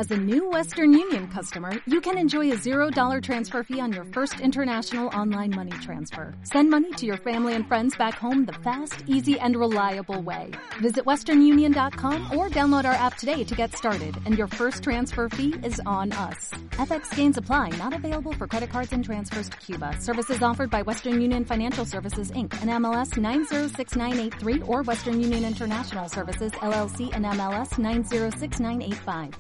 As a new Western Union customer, you can enjoy a $0 transfer fee on your first international online money transfer. Send money to your family and friends back home the fast, easy, and reliable way. Visit westernunion.com or download our app today to get started, and your first transfer fee is on us. FX gains apply, not available for credit cards and transfers to Cuba. Services offered by Western Union Financial Services, Inc., and MLS 906983, or Western Union International Services, LLC, and MLS 906985.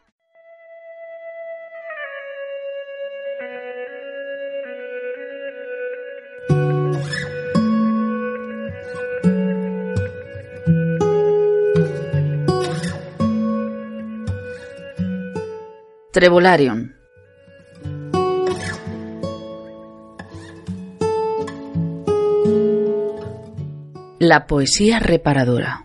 Trevolarium. La poesía reparadora.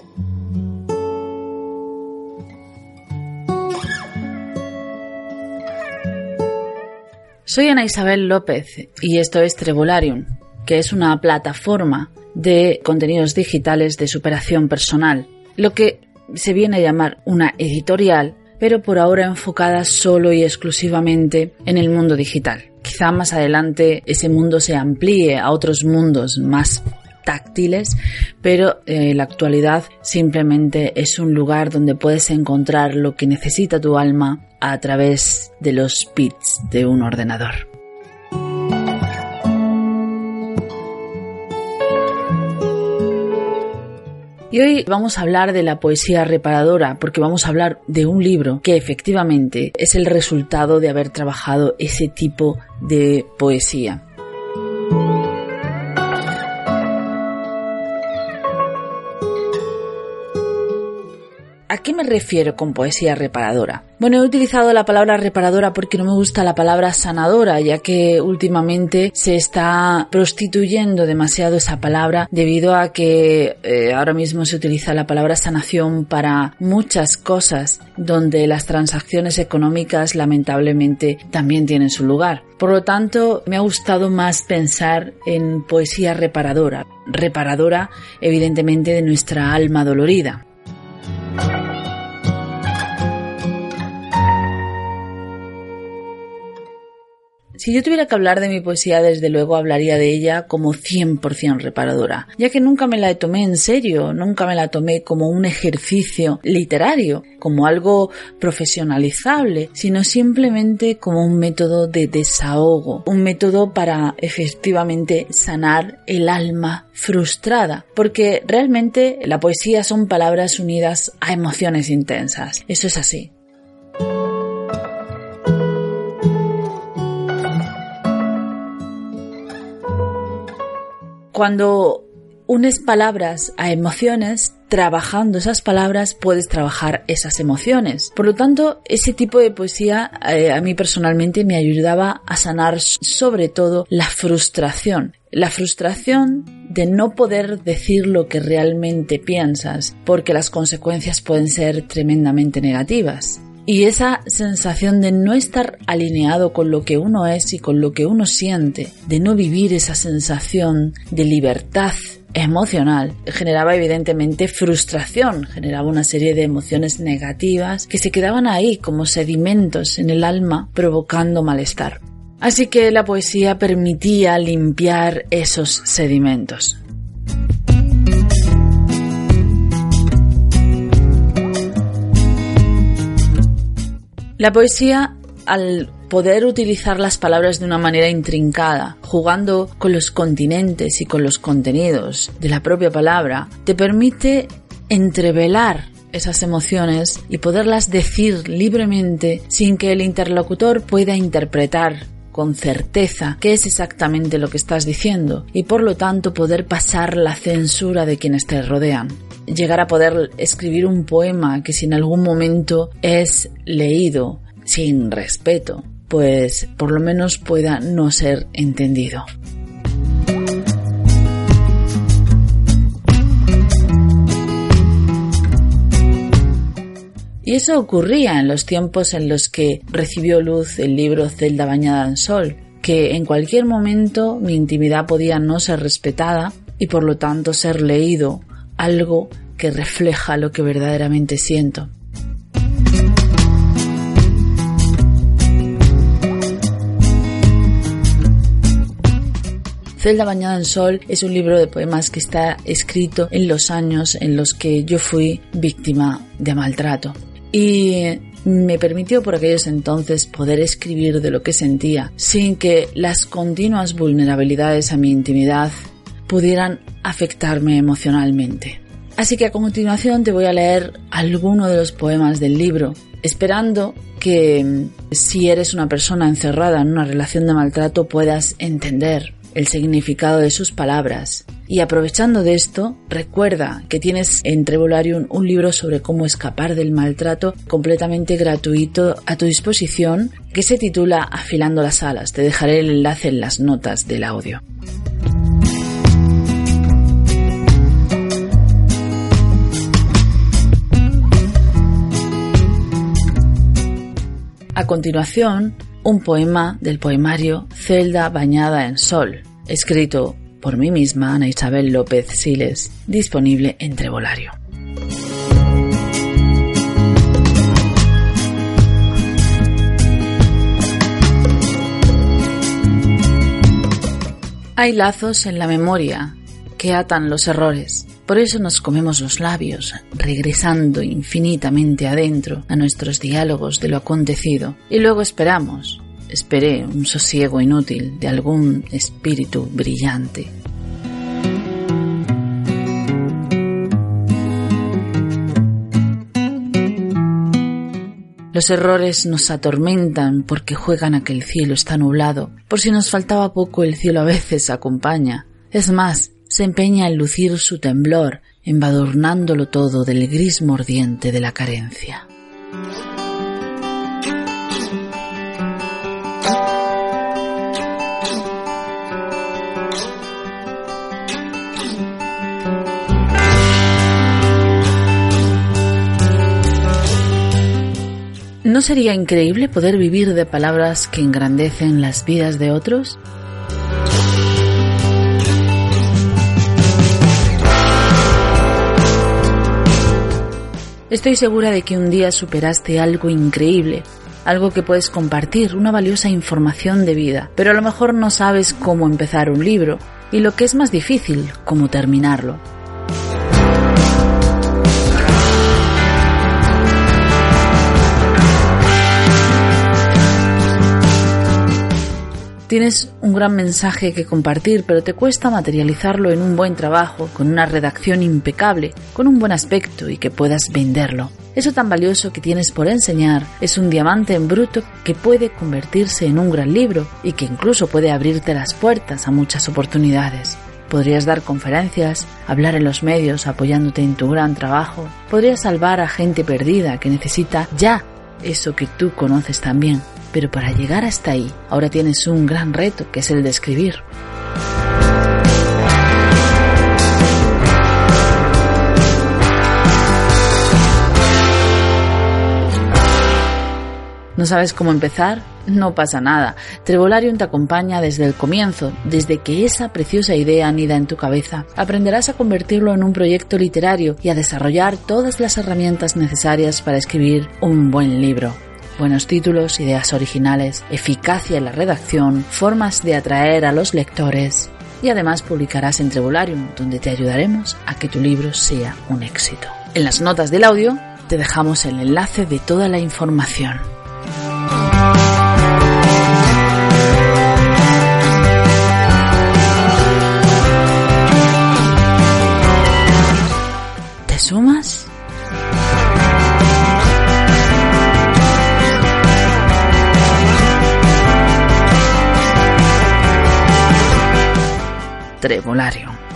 Soy Ana Isabel López y esto es Trevolarium, que es una plataforma de contenidos digitales de superación personal, lo que se viene a llamar una editorial, pero por ahora enfocada solo y exclusivamente en el mundo digital. Quizá más adelante ese mundo se amplíe a otros mundos más táctiles, pero en la actualidad simplemente es un lugar donde puedes encontrar lo que necesita tu alma a través de los bits de un ordenador. Y hoy vamos a hablar de la poesía reparadora, porque vamos a hablar de un libro que efectivamente es el resultado de haber trabajado ese tipo de poesía. ¿A qué me refiero con poesía reparadora? Bueno, he utilizado la palabra reparadora porque no me gusta la palabra sanadora, ya que últimamente se está prostituyendo demasiado esa palabra debido a que ahora mismo se utiliza la palabra sanación para muchas cosas donde las transacciones económicas lamentablemente también tienen su lugar. Por lo tanto, me ha gustado más pensar en poesía reparadora, reparadora evidentemente de nuestra alma dolorida. Si yo tuviera que hablar de mi poesía, desde luego hablaría de ella como 100% reparadora, ya que nunca me la tomé en serio, nunca me la tomé como un ejercicio literario, como algo profesionalizable, sino simplemente como un método de desahogo, un método para efectivamente sanar el alma frustrada, porque realmente la poesía son palabras unidas a emociones intensas, eso es así. Cuando unes palabras a emociones, trabajando esas palabras puedes trabajar esas emociones. Por lo tanto, ese tipo de poesía a mí personalmente me ayudaba a sanar sobre todo la frustración. La frustración de no poder decir lo que realmente piensas, porque las consecuencias pueden ser tremendamente negativas. Y esa sensación de no estar alineado con lo que uno es y con lo que uno siente, de no vivir esa sensación de libertad emocional, generaba evidentemente frustración, generaba una serie de emociones negativas que se quedaban ahí como sedimentos en el alma, provocando malestar. Así que la poesía permitía limpiar esos sedimentos. La poesía, al poder utilizar las palabras de una manera intrincada, jugando con los continentes y con los contenidos de la propia palabra, te permite entrevelar esas emociones y poderlas decir libremente sin que el interlocutor pueda interpretar con certeza qué es exactamente lo que estás diciendo y por lo tanto poder pasar la censura de quienes te rodean. Llegar a poder escribir un poema que si en algún momento es leído sin respeto, pues por lo menos pueda no ser entendido. Y eso ocurría en los tiempos en los que recibió luz el libro Celda bañada en sol, que en cualquier momento mi intimidad podía no ser respetada y por lo tanto ser leído algo que refleja lo que verdaderamente siento. Celda bañada en sol es un libro de poemas que está escrito en los años en los que yo fui víctima de maltrato. Y me permitió por aquellos entonces poder escribir de lo que sentía sin que las continuas vulnerabilidades a mi intimidad pudieran afectarme emocionalmente. Así que a continuación te voy a leer alguno de los poemas del libro, esperando que si eres una persona encerrada en una relación de maltrato puedas entender el significado de sus palabras. Y aprovechando de esto, recuerda que tienes en Trevolarium un libro sobre cómo escapar del maltrato completamente gratuito a tu disposición, que se titula Afilando las alas. Te dejaré el enlace en las notas del audio. A continuación, un poema del poemario Celda bañada en sol, escrito por mí misma, Ana Isabel López Siles, disponible en Trevolarium. Hay lazos en la memoria que atan los errores. Por eso nos comemos los labios, regresando infinitamente adentro a nuestros diálogos de lo acontecido. Y luego esperé un sosiego inútil de algún espíritu brillante. Los errores nos atormentan porque juegan a que el cielo está nublado. Por si nos faltaba poco, el cielo a veces acompaña. Es más, se empeña en lucir su temblor, embadurnándolo todo del gris mordiente de la carencia. ¿No sería increíble poder vivir de palabras que engrandecen las vidas de otros? Estoy segura de que un día superaste algo increíble, algo que puedes compartir, una valiosa información de vida, pero a lo mejor no sabes cómo empezar un libro y lo que es más difícil, cómo terminarlo. Tienes un gran mensaje que compartir, pero te cuesta materializarlo en un buen trabajo, con una redacción impecable, con un buen aspecto y que puedas venderlo. Eso tan valioso que tienes por enseñar es un diamante en bruto que puede convertirse en un gran libro y que incluso puede abrirte las puertas a muchas oportunidades. Podrías dar conferencias, hablar en los medios apoyándote en tu gran trabajo. Podrías salvar a gente perdida que necesita ya eso que tú conoces también. Pero para llegar hasta ahí, ahora tienes un gran reto, que es el de escribir. ¿No sabes cómo empezar? No pasa nada. Trevolarium te acompaña desde el comienzo, desde que esa preciosa idea anida en tu cabeza. Aprenderás a convertirlo en un proyecto literario y a desarrollar todas las herramientas necesarias para escribir un buen libro. Buenos títulos, ideas originales, eficacia en la redacción, formas de atraer a los lectores. Y además publicarás en Trevolarium, donde te ayudaremos a que tu libro sea un éxito. En las notas del audio te dejamos el enlace de toda la información. ¿Te sumas? Trevolarium.